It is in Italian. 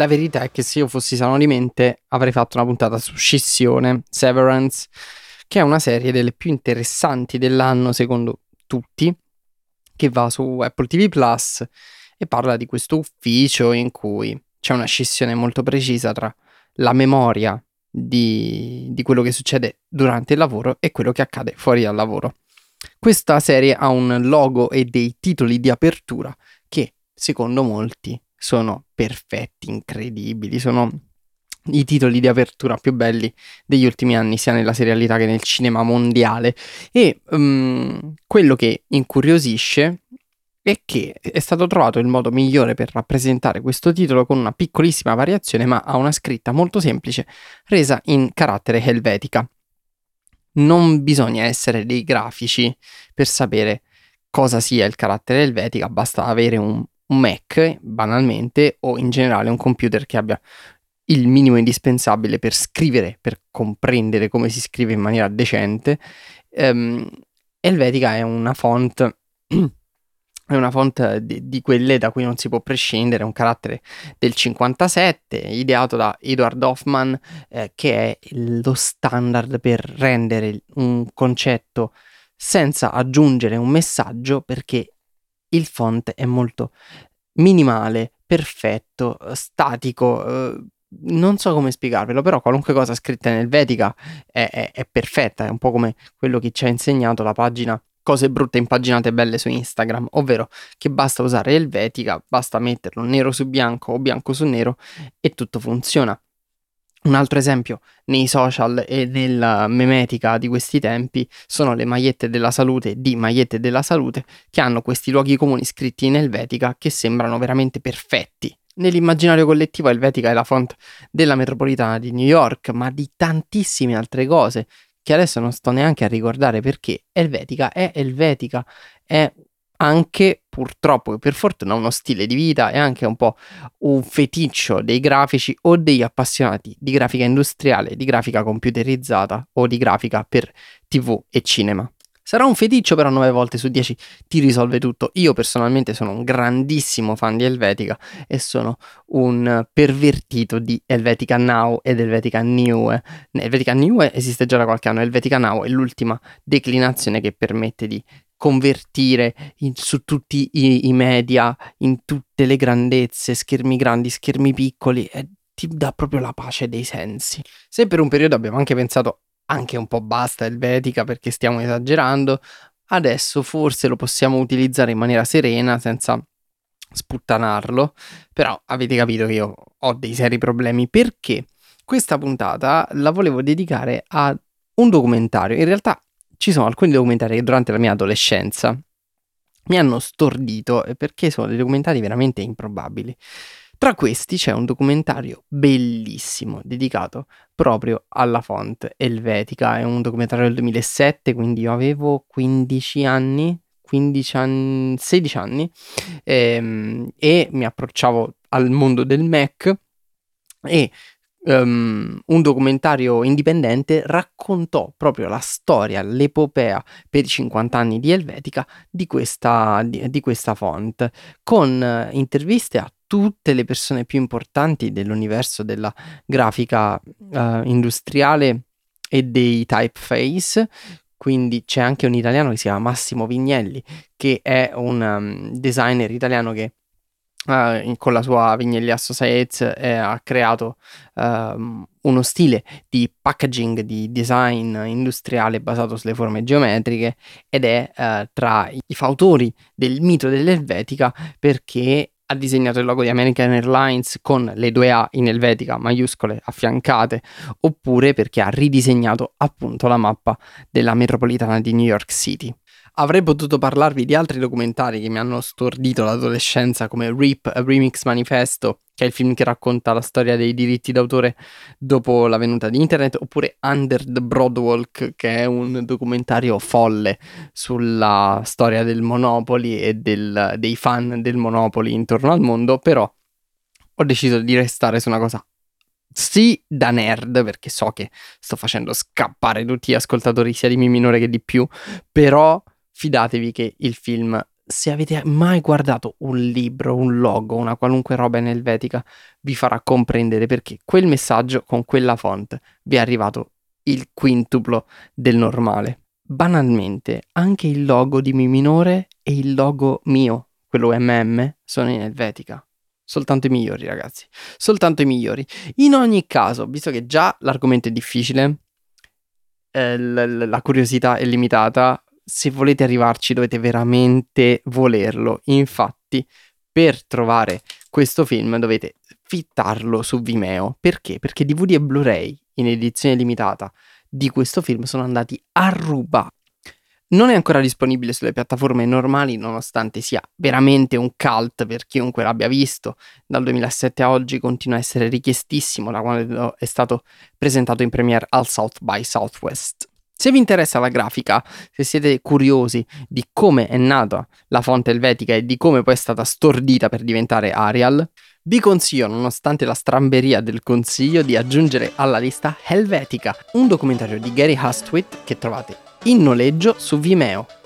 la verità è che se io fossi Salonimente avrei fatto una puntata su Scissione, Severance, che è una serie delle più interessanti dell'anno secondo tutti, che va su Apple TV Plus e parla di questo ufficio in cui c'è una scissione molto precisa tra la memoria di quello che succede durante il lavoro e quello che accade fuori dal lavoro. Questa serie ha un logo e dei titoli di apertura che, secondo molti, sono perfetti, incredibili, sono i titoli di apertura più belli degli ultimi anni, sia nella serialità che nel cinema mondiale. E quello che incuriosisce è che è stato trovato il modo migliore per rappresentare questo titolo con una piccolissima variazione, ma ha una scritta molto semplice, resa in carattere helvetica. Non bisogna essere dei grafici per sapere cosa sia il carattere helvetica, basta avere un Mac, banalmente, o in generale un computer che abbia il minimo indispensabile per scrivere, per comprendere come si scrive in maniera decente. Helvetica è una font è una font di quelle da cui non si può prescindere, un carattere del 57, ideato da Edward Hoffman, che è lo standard per rendere un concetto senza aggiungere un messaggio, perché il font è molto minimale, perfetto, statico, non so come spiegarvelo, però qualunque cosa scritta in Helvetica è perfetta, è un po' come quello che ci ha insegnato la pagina Cose brutte impaginate belle su Instagram, ovvero che basta usare Helvetica, basta metterlo nero su bianco o bianco su nero e tutto funziona. Un altro esempio nei social e nella memetica di questi tempi sono le magliette della salute di Magliette della Salute, che hanno questi luoghi comuni scritti in Helvetica che sembrano veramente perfetti. Nell'immaginario collettivo Helvetica è la font della metropolitana di New York, ma di tantissime altre cose che adesso non sto neanche a ricordare, perché Helvetica è anche, purtroppo e per fortuna, uno stile di vita, è anche un po' un feticcio dei grafici o degli appassionati di grafica industriale, di grafica computerizzata o di grafica per TV e cinema. Sarà un feticcio, però 9 volte su 10 ti risolve tutto. Io personalmente sono un grandissimo fan di Helvetica e sono un pervertito di Helvetica Now ed Helvetica New. Helvetica New esiste già da qualche anno, Helvetica Now è l'ultima declinazione che permette di convertire su tutti i media, in tutte le grandezze, schermi grandi, schermi piccoli, e ti dà proprio la pace dei sensi. Se per un periodo abbiamo anche pensato anche un po' basta Helvetica perché stiamo esagerando, adesso forse lo possiamo utilizzare in maniera serena senza sputtanarlo, però avete capito che io ho dei seri problemi, perché questa puntata la volevo dedicare a un documentario. In realtà ci sono alcuni documentari che durante la mia adolescenza mi hanno stordito, perché sono dei documentari veramente improbabili. Tra questi c'è un documentario bellissimo dedicato proprio alla font Helvetica. È un documentario del 2007, quindi io avevo 15 anni, 16 anni, e mi approcciavo al mondo del Mac, e un documentario indipendente raccontò proprio la storia, l'epopea per i 50 anni di Helvetica di questa font, con interviste a tutte le persone più importanti dell'universo della grafica industriale e dei typeface. Quindi c'è anche un italiano che si chiama Massimo Vignelli, che è un designer italiano che con la sua Vignelli Associates ha creato uno stile di packaging, di design industriale basato sulle forme geometriche, ed è tra i fautori del mito dell'Helvetica, perché ha disegnato il logo di American Airlines con le 2A in Helvetica maiuscole affiancate, oppure perché ha ridisegnato appunto la mappa della metropolitana di New York City. Avrei potuto parlarvi di altri documentari che mi hanno stordito l'adolescenza, come RIP, A Remix Manifesto, che è il film che racconta la storia dei diritti d'autore dopo la venuta di internet, oppure Under the Boardwalk, che è un documentario folle sulla storia del Monopoly e dei fan del Monopoly intorno al mondo. Però ho deciso di restare su una cosa sì da nerd, perché so che sto facendo scappare tutti gli ascoltatori sia di Mi minore che di più, però fidatevi che il film se avete mai guardato un libro, un logo, una qualunque roba in Helvetica, vi farà comprendere perché quel messaggio con quella font vi è arrivato il quintuplo del normale. Banalmente, anche il logo di Mi minore e il logo mio, quello MM, sono in Helvetica. Soltanto i migliori, ragazzi. Soltanto i migliori. In ogni caso, visto che già l'argomento è difficile, la curiosità è limitata, se volete arrivarci dovete veramente volerlo. Infatti, per trovare questo film dovete fittarlo su Vimeo. Perché? Perché DVD e Blu-ray in edizione limitata di questo film sono andati a ruba. Non è ancora disponibile sulle piattaforme normali, nonostante sia veramente un cult per chiunque l'abbia visto. Dal 2007 a oggi continua a essere richiestissimo da quando è stato presentato in premiere al South by Southwest. Se vi interessa la grafica, se siete curiosi di come è nata la fonte elvetica e di come poi è stata stordita per diventare Arial, vi consiglio, nonostante la stramberia del consiglio, di aggiungere alla lista Helvetica, un documentario di Gary Hustwit che trovate in noleggio su Vimeo.